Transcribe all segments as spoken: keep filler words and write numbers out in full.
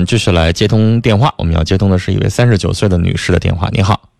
继续来接通电话，我们要接通的是一位三十九岁的女士的电话。你好，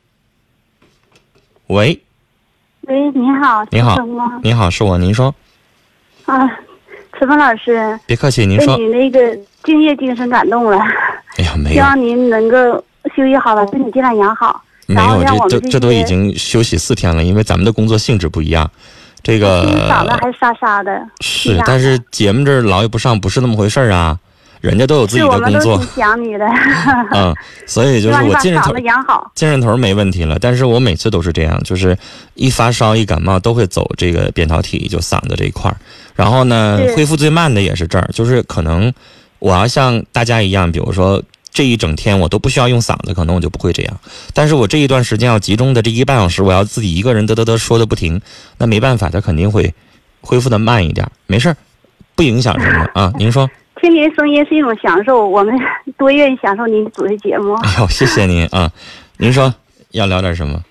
喂， 喂，你好， 你好，你好，是我，您说。 啊，陈峰老师， 别客气，您说。 被你那个敬业精神感动了。 哎呀，没有。 希望您能够休息好了，身体尽量养好。 没有，这这这都已经休息四天了，因为咱们的工作性质不一样。这个嗓子还沙沙的。 是，但是节目这儿劳逸不上，不是那么回事儿啊。人家都有自己的工作， 我们都挺想你的。 嗯，所以就是我精神头养好， 精神头没问题了。但是我每次都是这样，就是一发烧一感冒都会走这个扁桃体，就嗓子这一块儿。然后呢，恢复最慢的也是这儿，就是可能我要像大家一样，比如说这一整天我都不需要用嗓子，可能我就不会这样。但是我这一段时间要集中的这一个半小时，我要自己一个人嘚嘚嘚说的不停，那没办法，它肯定会恢复的慢一点。没事，不影响什么啊？您说。 听您声音是一种享受，我们多愿意享受您主持节目。 哎呦，谢谢您啊！您说要聊点什么？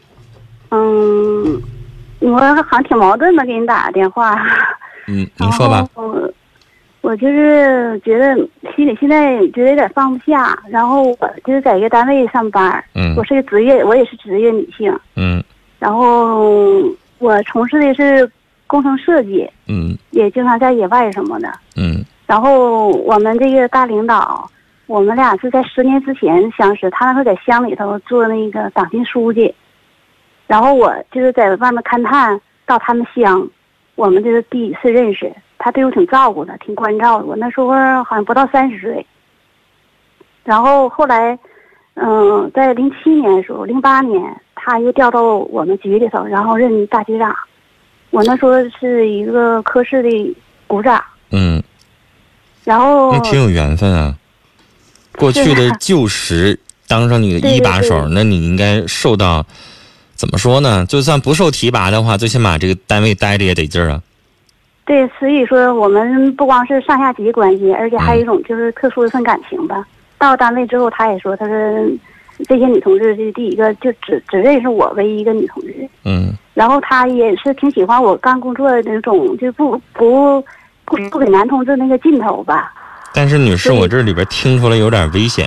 嗯，我好像挺矛盾的，给你打个电话。 嗯，您说吧。 我我就是觉得心里现在觉得有点放不下，然后我就是在一个单位上班， 嗯， 我是个职业，我也是职业女性， 嗯， 然后我从事的是工程设计， 嗯， 也经常在野外什么的， 嗯。 然后我们这个大领导，我们俩是在十年之前相识，他那时候在乡里头做那个党亲书记，然后我就是在外面勘探到他们乡，我们这是第一次认识，他对我挺照顾的，挺关照的。我那时候好像不到三十岁，然后后来，嗯，在零七年的时候，零八年他又调到我们局里头，然后任大局长，我那时候是一个科室的股长， 嗯。 然后那挺有缘分啊！过去的旧时当上你的一把手， 对对对， 那你应该受到怎么说呢？就算不受提拔的话，最起码这个单位待着也得劲儿啊。 对，所以说我们不光是上下级关系，而且还有一种就是特殊一份感情吧。嗯、到单位之后，他也说，他说这些女同志，这第一个就只只认识我唯一一个女同志。 嗯。 然后他也是挺喜欢我刚工作的那种，就不不。不不给男同志那个劲头吧。 但是女士，我这里边听出来有点危险。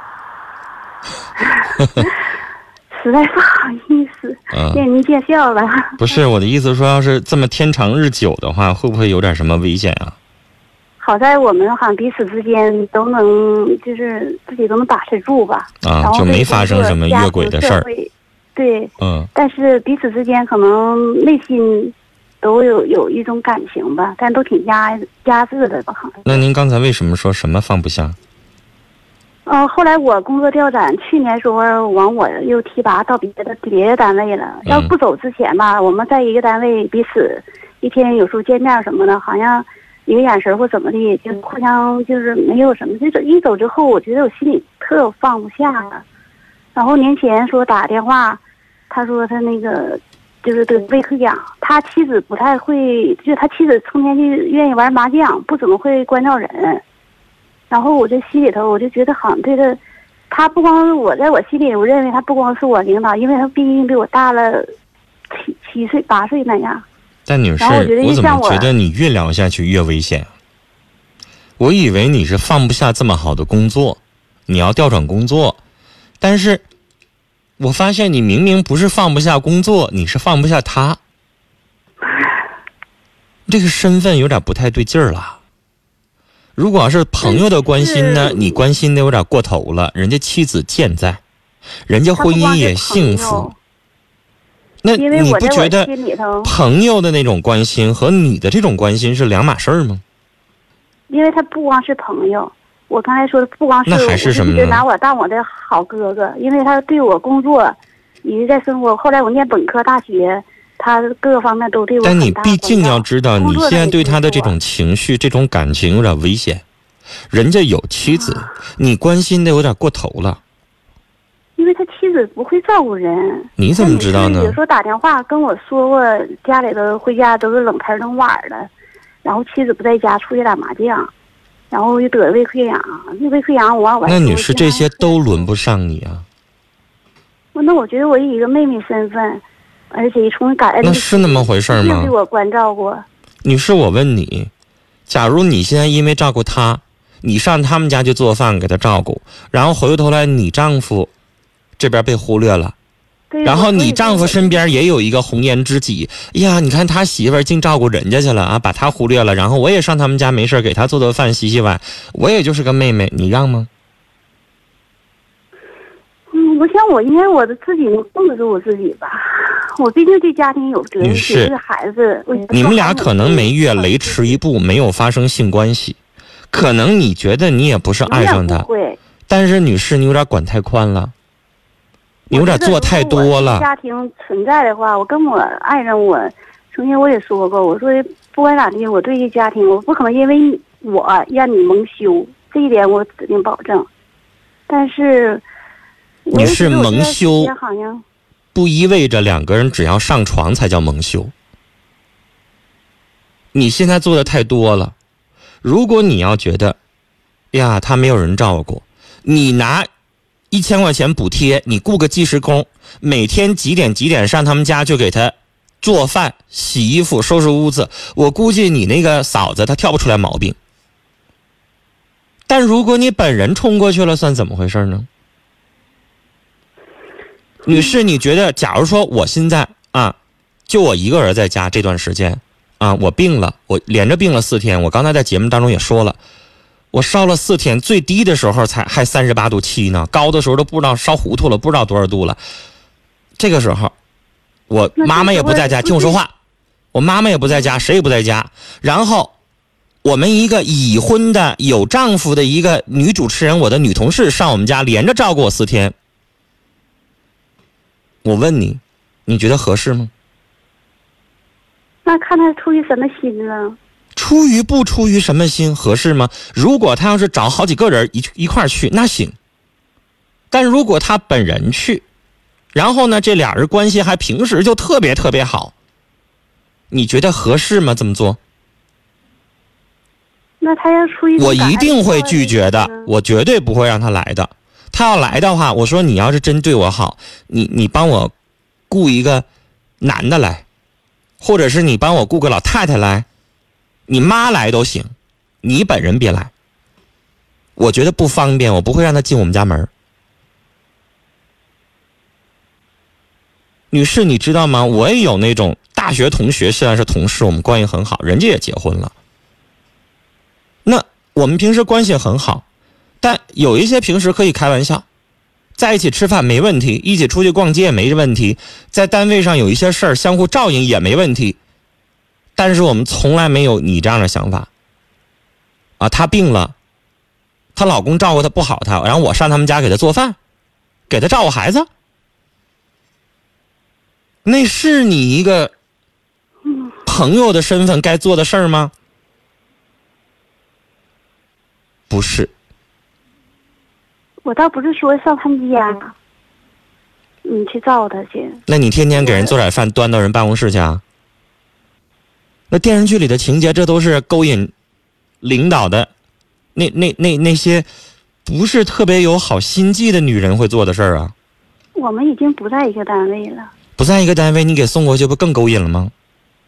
实在不好意思，给您见笑了。 不是我的意思，说要是这么天长日久的话，会不会有点什么危险啊？ 好在我们好像彼此之间都能，就是自己都能把持住吧。 啊，就没发生什么越轨的事儿。 对， 嗯。 但是彼此之间可能内心都有有一种感情吧，但都挺压压制的吧。 那您刚才为什么说什么放不下？ 嗯、呃，后来我工作调展，去年时候完我又提拔到别的别的单位了。 嗯、 要不走之前吧，我们在一个单位彼此一天有时候见面什么的，好像一个眼神或怎么的，就互相就是没有什么。这一走之后，我觉得我心里特放不下了。然后年前说打电话，他说他那个。就是对胃溃疡，他妻子不太会，就是他妻子成天就愿意玩麻将，不怎么会关照人。然后我这心里头，我就觉得好像对他，他不光是我在我心里，我认为他不光是我领导，因为他毕竟比我大了七七岁八岁那样。 但女士， 我, 我怎么觉得你越聊下去越危险？我以为你是放不下这么好的工作，你要调转工作，但是。我发现你明明不是放不下工作，你是放不下他，这个身份有点不太对劲儿了。如果要是朋友的关心呢，你关心的有点过头了。人家妻子健在，人家婚姻也幸福，那你不觉得朋友的那种关心和你的这种关心是两码事儿吗？ 因为他不光是朋友。我刚才说的不光是， 那还是什么呢？ 我一直拿我当我的好哥哥，因为他对我工作一直在生活。后来我念本科大学，他各个方面都对我很大的但你毕竟要知道，你现在对他的这种情绪、这种感情有点危险。人家有妻子，啊、你关心的有点过头了。 因为他妻子不会照顾人。 你怎么知道呢？ 有时候打电话跟我说过，家里头回家都是冷盆冷碗的，然后妻子不在家，出去打麻将。然后又得胃溃疡，那胃溃疡我往外。 那女士，这些都轮不上你啊。 那我觉得我以一个妹妹身份，而且从感恩。 那是那么回事吗？ 对我关照过。 女士，我问你，假如你现在因为照顾她， 你上他们家去做饭给他照顾，然后回过头来你丈夫这边被忽略了，然后你丈夫身边也有一个红颜知己，哎呀，你看他媳妇儿净照顾人家去了啊，把他忽略了，然后我也上他们家没事给他做做饭洗洗碗，我也就是个妹妹，你让吗？ 嗯，我想我应该我的自己能控制住我自己吧，我毕竟对家庭有责任，对孩子。 你们俩可能没越雷池一步，没有发生性关系，可能你觉得你也不是爱上他，但是女士你有点管太宽了，你有点做太多了。 家庭存在的话，我跟我爱人我曾经我也说过，我说不管咋地，我对这家庭我不可能因为我让你蒙羞，这一点我指定保证。但是你是蒙羞，不意味着两个人只要上床才叫蒙羞。你现在做的太多了。如果你要觉得呀他没有人照顾，你拿一千块钱补贴，你雇个计时工，每天几点几点上他们家去给他做饭洗衣服收拾屋子，我估计你那个嫂子她挑不出来毛病。但如果你本人冲过去了，算怎么回事呢？女士，你觉得假如说我现在啊就我一个人在家这段时间啊，我病了，我连着病了四天，我刚才在节目当中也说了，我烧了四天，最低的时候才还三十八度七呢，高的时候都不知道烧糊涂了，不知道多少度了。这个时候我妈妈也不在家，听我说话，我妈妈也不在家，谁也不在家，然后我们一个已婚的有丈夫的一个女主持人，我的女同事上我们家连着照顾我四天，我问你，你觉得合适吗？ 那看他出于什么心呢？ 出于不出于什么心，合适吗？如果他要是找好几个人一一块儿去，那行。但如果他本人去，然后呢，这俩人关系还平时就特别特别好，你觉得合适吗？这么做？ 那他要出于我一定会拒绝的，我绝对不会让他来的。他要来的话，我说你要是真对我好，你你帮我雇一个男的来，或者是你帮我雇个老太太来，你妈来都行，你本人别来。我觉得不方便，我不会让他进我们家门。女士，你知道吗？我也有那种大学同学，虽然是同事，我们关系很好，人家也结婚了。那我们平时关系很好，但有一些平时可以开玩笑，在一起吃饭没问题，一起出去逛街也没问题，在单位上有一些事儿相互照应也没问题。但是我们从来没有你这样的想法啊！她病了，她老公照顾她不好，她然后我上他们家给她做饭，给她照顾孩子，那是你一个朋友的身份该做的事儿吗？不是。 我倒不是说上他们家，你去照顾他去。 那你天天给人做点饭端到人办公室去啊？那电视剧里的情节，这都是勾引领导的那那那那些不是特别有好心计的女人会做的事儿啊。 我们已经不在一个单位了。 不在一个单位，你给送过去不更勾引了吗？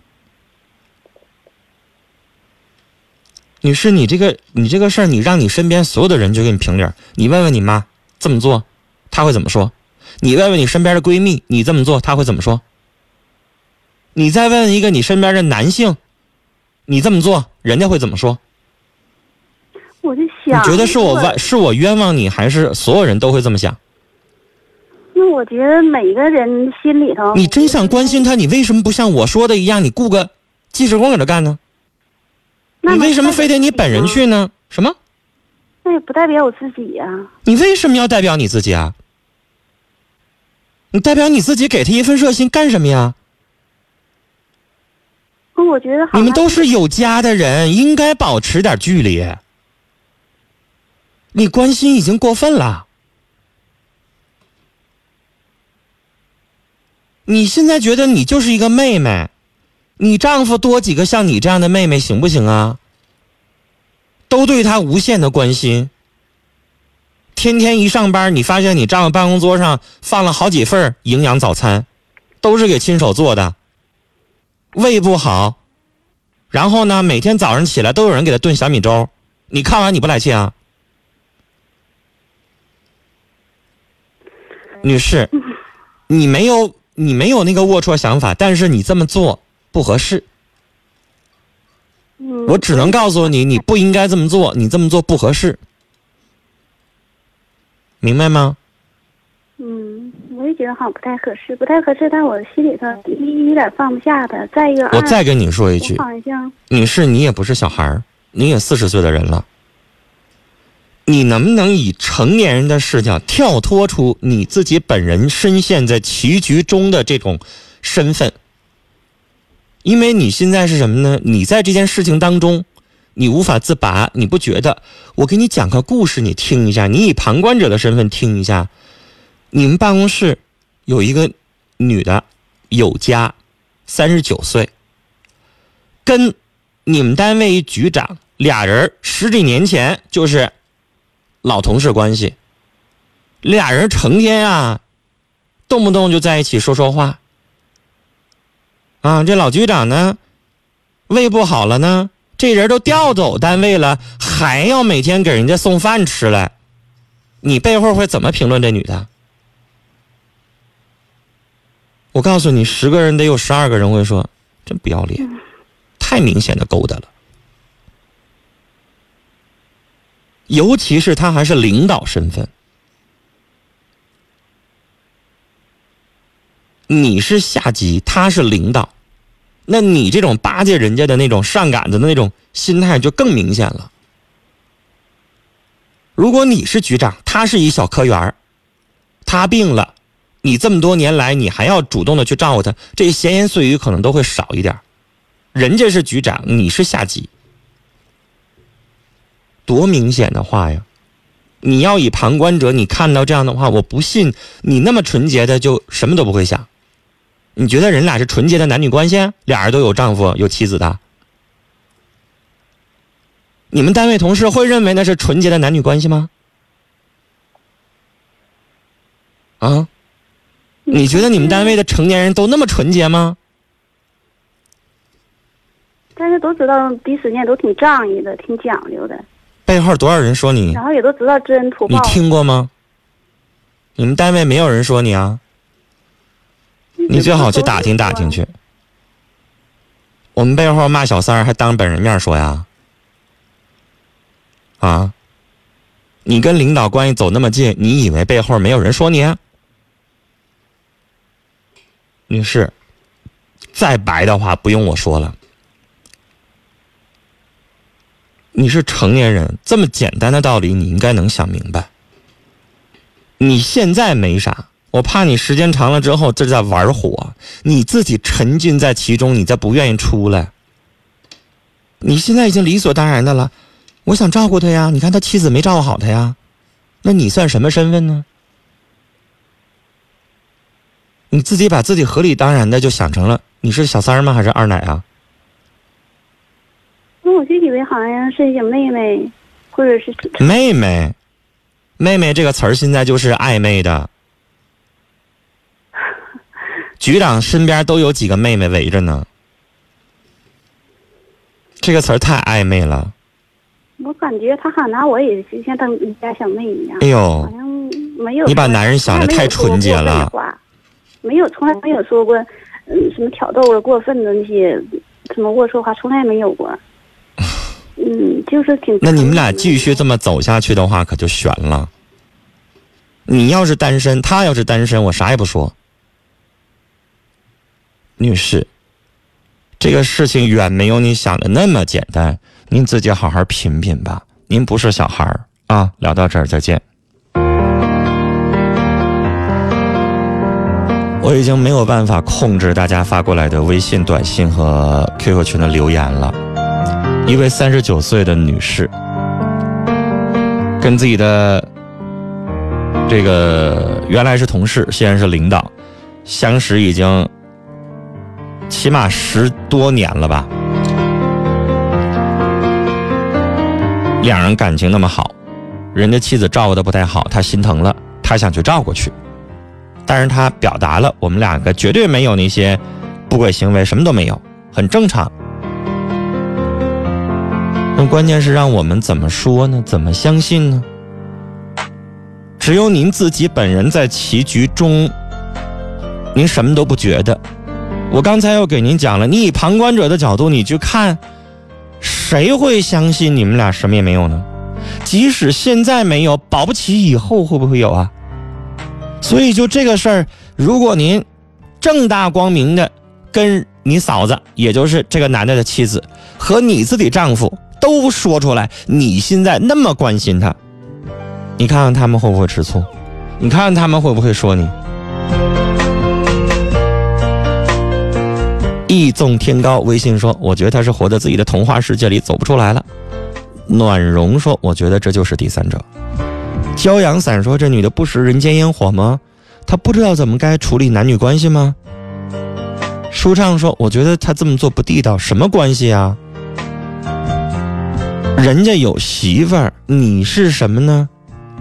女士，你这个你这个事儿，你让你身边所有的人就给你评理，你问问你妈这么做她会怎么说，你问问你身边的闺蜜你这么做她会怎么说，你再问一个你身边的男性你这么做人家会怎么说。 我就想， 你觉得是我冤是我冤枉你，还是所有人都会这么想？ 因为我觉得每个人心里头， 你真想关心他，你为什么不像我说的一样，你雇个技师工给他干呢？你为什么非得你本人去呢？什么？ 那也不代表我自己呀、啊。 你为什么要代表你自己啊？你代表你自己给他一份热心干什么呀？ 我觉得好， 你们都是有家的人，应该保持点距离。你关心已经过分了。你现在觉得你就是一个妹妹，你丈夫多几个像你这样的妹妹行不行啊？都对他无限的关心，天天一上班，你发现你丈夫办公桌上放了好几份营养早餐，都是给亲手做的，胃不好，然后呢每天早上起来都有人给他炖小米粥， 你看完你不来气啊？女士，你没有你没有那个龌龊想法，但是你这么做不合适。我只能告诉你，你不应该这么做，你这么做不合适，明白吗？ 嗯，我也觉得好像不太合适，不太合适，但我心里头一有点放不下他。再一个， 我再跟你说一句， 好像女士，你也不是小孩，你也四十岁的人了，你能不能以成年人的视角跳脱出你自己本人深陷在棋局中的这种身份？因为你现在是什么呢？你在这件事情当中你无法自拔，你不觉得？我给你讲个故事你听一下，你以旁观者的身份听一下。你们办公室有一个女的有家，三十九岁，跟你们单位一局长俩人十几年前就是老同事关系，俩人成天啊动不动就在一起说说话啊。这老局长呢胃不好了呢，这人都调走单位了，还要每天给人家送饭吃来，你背后会怎么评论这女的？我告诉你，十个人得有十二个人会说真不要脸，太明显的勾搭了。尤其是他还是领导身份，你是下级，他是领导，那你这种巴结人家的那种上杆子的那种心态就更明显了。如果你是局长，他是一小科员，他病了，你这么多年来你还要主动的去照顾他，这闲言碎语可能都会少一点。人家是局长，你是下级，多明显的话呀！你要以旁观者，你看到这样的话，我不信你那么纯洁的就什么都不会想。你觉得人俩是纯洁的男女关系？俩人都有丈夫有妻子的，你们单位同事会认为那是纯洁的男女关系吗？啊？你觉得你们单位的成年人都那么纯洁吗？ 但是都知道彼此间都挺仗义的，挺讲究的。 背后多少人说你？ 然后也都知道知恩图报。 你听过吗？你们单位没有人说你啊？你最好去打听打听去。我们背后骂小三儿还当本人面说呀？啊？你跟领导关系走那么近，你以为背后没有人说你啊？女士，再白的话不用我说了，你是成年人，这么简单的道理你应该能想明白。你现在没啥，我怕你时间长了之后这在玩火，你自己沉浸在其中，你再不愿意出来。你现在已经理所当然的了，我想照顾他呀，你看他妻子没照顾好他呀，那你算什么身份呢？你自己把自己合理当然的就想成了你是小三吗？还是二奶啊？ 那我就以为好像是一个妹妹，或者是妹妹。妹妹这个词儿现在就是暧昧的。局长身边都有几个妹妹围着呢，这个词儿太暧昧了。 我感觉他好像拿我也就像当一家小妹一样。 哎呦， 好像没有。 你把男人想得太纯洁了。 没有，从来没有说过，嗯，什么挑逗了、过分的那些，什么龌龊话，从来没有过。嗯，就是挺。 那你们俩继续这么走下去的话，可就悬了。你要是单身，他要是单身，我啥也不说。女士，这个事情远没有你想的那么简单，您自己好好品品吧。您不是小孩儿啊！聊到这儿，再见。我已经没有办法控制大家发过来的微信、短信和 Q Q 群的留言了。一位三十九岁的女士，跟自己的这个原来是同事，现在是领导，相识已经起码十多年了吧。两人感情那么好，人家妻子照顾得不太好，他心疼了，他想去照顾去。但是他表达了我们两个绝对没有那些不轨行为，什么都没有，很正常。 那关键是让我们怎么说呢？怎么相信呢？只有您自己本人在棋局中，您什么都不觉得。我刚才又给您讲了，你以旁观者的角度，你去看，谁会相信你们俩什么也没有呢？即使现在没有，保不齐以后会不会有啊？所以就这个事儿，如果您正大光明的跟你嫂子，也就是这个男的的妻子和你自己丈夫都说出来，你现在那么关心他，你看看他们会不会吃醋？你看看他们会不会说你？义纵天高微信说，我觉得他是活在自己的童话世界里走不出来了。暖蓉说，我觉得这就是第三者。骄阳伞说，这女的不食人间烟火吗？她不知道怎么该处理男女关系吗？舒畅说，我觉得她这么做不地道，什么关系啊？人家有媳妇儿，你是什么呢？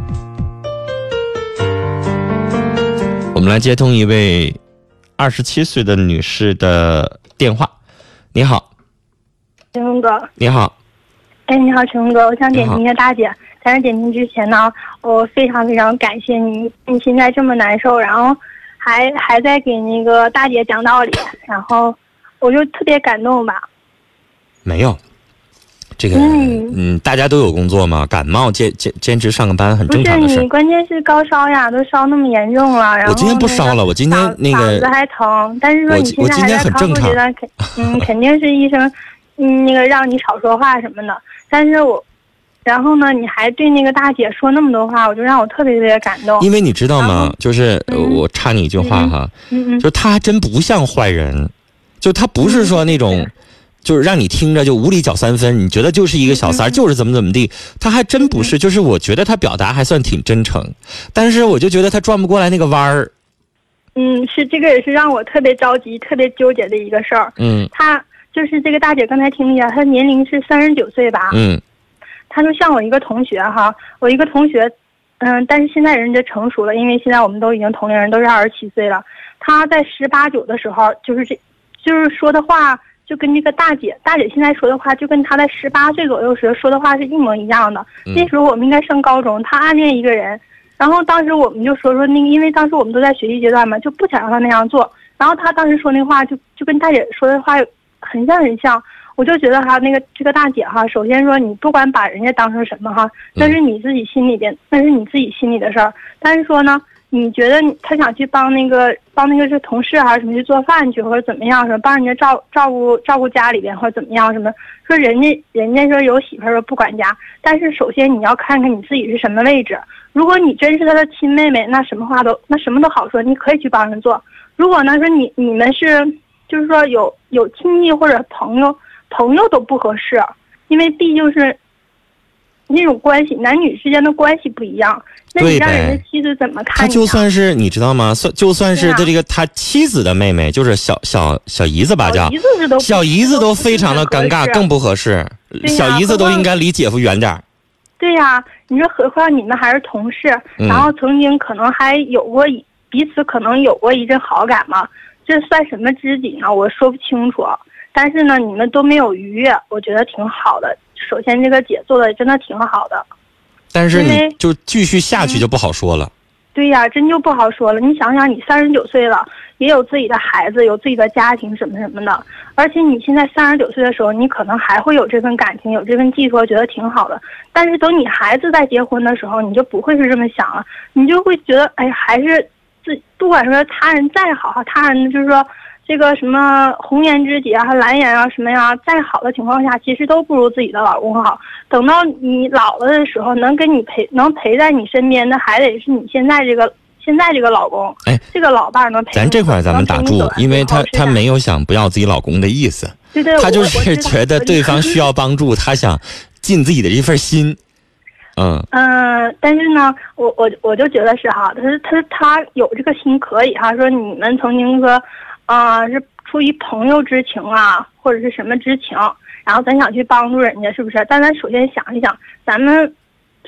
我们来接通一位二十七岁的女士的电话。你好， 陈峰哥。 你好。 哎，你好，陈峰哥，我想点评一下大姐。在这点评之前呢，我非常非常感谢你，你现在这么难受，然后还还在给那个大姐讲道理，然后我就特别感动吧。 没有，这个嗯, 嗯，大家都有工作嘛，感冒兼兼兼职上个班很正常的事。 不是你，关键是高烧呀，都烧那么严重了，然后、那个、 我今天不烧了，我今天那个嗓子还疼，但是说你现在还在康复阶段，肯嗯肯定是医生嗯那个让你少说话什么的，但是我。然后呢，你还对那个大姐说那么多话，我就让我特别特别感动。因为你知道吗？就是、嗯、我插你一句话哈， 嗯嗯， 就他还真不像坏人，就他不是说那种，嗯、就是让你听着就无理搅三分，你觉得就是一个小三、嗯、就是怎么怎么地，他还真不是。嗯、就是我觉得他表达还算挺真诚，但是我就觉得他转不过来那个弯儿。 嗯，是这个也是让我特别着急、特别纠结的一个事儿。 嗯， 他就是这个大姐刚才听一下，她年龄是三十九岁吧？ 嗯。 他就像我一个同学哈，我一个同学，嗯，但是现在人家成熟了，因为现在我们都已经同龄人，都是二十七岁了。他在十八九的时候，就是这，就是说的话，就跟这个大姐，大姐现在说的话，就跟他在十八岁左右时说的话是一模一样的。 嗯、 那时候我们应该上高中，他暗恋一个人，然后当时我们就说说那个，因为当时我们都在学习阶段嘛，就不想让他那样做。然后他当时说那话就就跟大姐说的话很像很像。我就觉得哈，那个这个大姐哈，首先说你不管把人家当成什么哈，那是你自己心里边，那是你自己心里的事儿。但是说呢，你觉得他想去帮那个帮那个是同事还是什么去做饭去，或者怎么样，什么帮人家照照顾照顾家里边或者怎么样什么？说人家人家说有媳妇儿说不管家，但是首先你要看看你自己是什么位置。如果你真是他的亲妹妹，那什么话都那什么都好说，你可以去帮人做。如果呢说你你们是就是说有有亲戚或者朋友。朋友都不合适，因为毕竟是那种关系，男女之间的关系不一样。那你让人家妻子怎么看你、啊？ 他就算是你知道吗？算就算是他这个他妻子的妹妹，就是小小小姨子吧，叫小姨子都非常的尴尬，更不合适。小姨子都应该离姐夫远点。 对呀、啊，你说何况你们还是同事， 嗯、 然后曾经可能还有过彼此可能有过一阵好感嘛？这算什么知己呢？我说不清楚。但是呢，你们都没有逾越，我觉得挺好的。首先，这个姐做的真的挺好的。 但是你就继续下去就不好说了。 嗯、对呀，真就不好说了。你想想，你三十九岁了，也有自己的孩子，有自己的家庭，什么什么的。而且你现在三十九岁的时候，你可能还会有这份感情，有这份寄托，觉得挺好的。但是等你孩子在结婚的时候，你就不会是这么想了，你就会觉得，哎，还是自不管说他人再好，他人就是说。这个什么红颜知己啊，和蓝颜啊，什么呀，再好的情况下，其实都不如自己的老公好。等到你老了的时候，能跟你陪，能陪在你身边的，还得是你现在这个现在这个老公。 哎， 这个老伴能陪。 咱这块咱们打住，因为他他没有想不要自己老公的意思， 对对， 他就是觉得对方需要帮助，他想尽自己的一份心。嗯嗯、呃，但是呢，我我我就觉得是哈，他是他他有这个心可以哈，说你们曾经说。啊、呃，是出于朋友之情啊，或者是什么之情，然后咱想去帮助人家，是不是？但咱首先想一想，咱们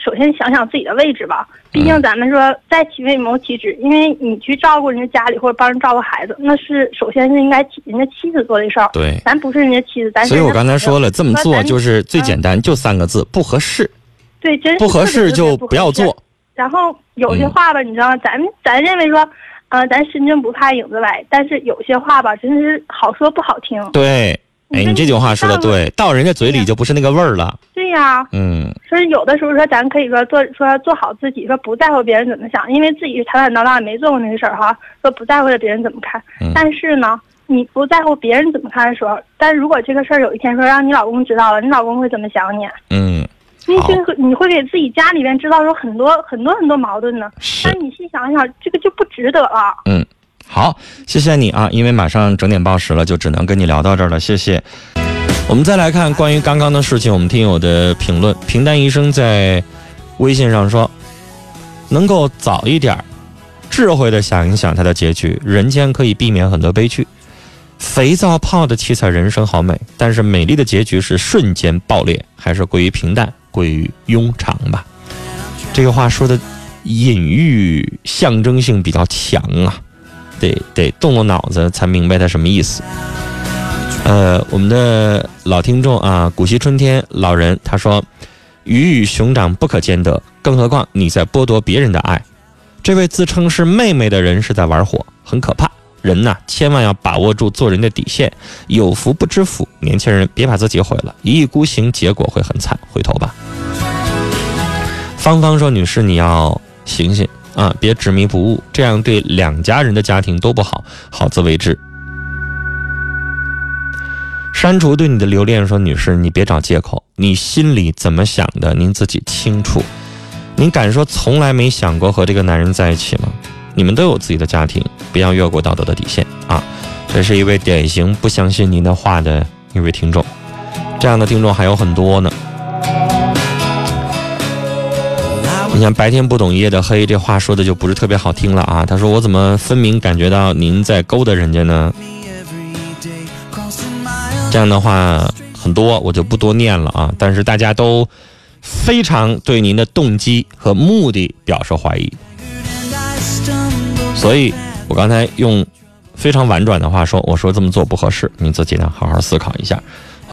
首先想想自己的位置吧。毕竟咱们说在其位谋其职，因为你去照顾人家家里或者帮人照顾孩子，那是首先是应该人家妻子做的事儿。 对， 咱不是人家妻子，咱是所以我刚才说了，这么做就是最简单，就三个字：不合适。 对，真是不合适就不要做。 然后有些话吧，嗯、你知道，咱咱认为说，呃，咱身正不怕影子歪，但是有些话吧，真是好说不好听。 对。哎，你这句话说的对，到人家嘴里就不是那个味儿了。 对呀， 嗯， 所以有的时候说，咱可以说做说做好自己，说不在乎别人怎么想，因为自己是坦坦荡荡没做过那个事儿哈，说不在乎别人怎么看。 嗯、 但是呢，你不在乎别人怎么看的时候，但如果这个事儿有一天说让你老公知道了，你老公会怎么想你？ 嗯， 你会你会给自己家里面制造出很多很多很多矛盾呢。 是， 但你细想想，这个就不值得了。 嗯。好，谢谢你啊！因为马上整点报时了，就只能跟你聊到这儿了。谢谢。我们再来看关于刚刚的事情，我们听友的评论。平淡医生在微信上说，能够早一点智慧的想一想它的结局，人间可以避免很多悲剧。肥皂泡的七彩人生好美，但是美丽的结局是瞬间爆裂，还是归于平淡，归于庸常吧。这个话说的隐喻象征性比较强啊。得得动动脑子才明白它什么意思。呃，我们的老听众啊，古稀春天老人他说，鱼与熊掌不可兼得，更何况你在剥夺别人的爱。这位自称是妹妹的人是在玩火，很可怕。人呐、啊，千万要把握住做人的底线，有福不知福。年轻人别把自己毁了，一意孤行，结果会很惨。回头吧。芳芳说，女士你要醒醒啊，别执迷不悟，这样对两家人的家庭都不好，好自为之。删除对你的留恋说，女士你别找借口，你心里怎么想的您自己清楚。您敢说从来没想过和这个男人在一起吗？你们都有自己的家庭，不要越过道德的底线啊！这是一位典型不相信您的话的一位听众，这样的听众还有很多呢。你像白天不懂夜的黑，这话说的就不是特别好听了啊。他说，我怎么分明感觉到您在勾搭人家呢？这样的话很多，我就不多念了啊。但是大家都非常对您的动机和目的表示怀疑，所以我刚才用非常婉转的话说，我说这么做不合适，您自己呢好好思考一下。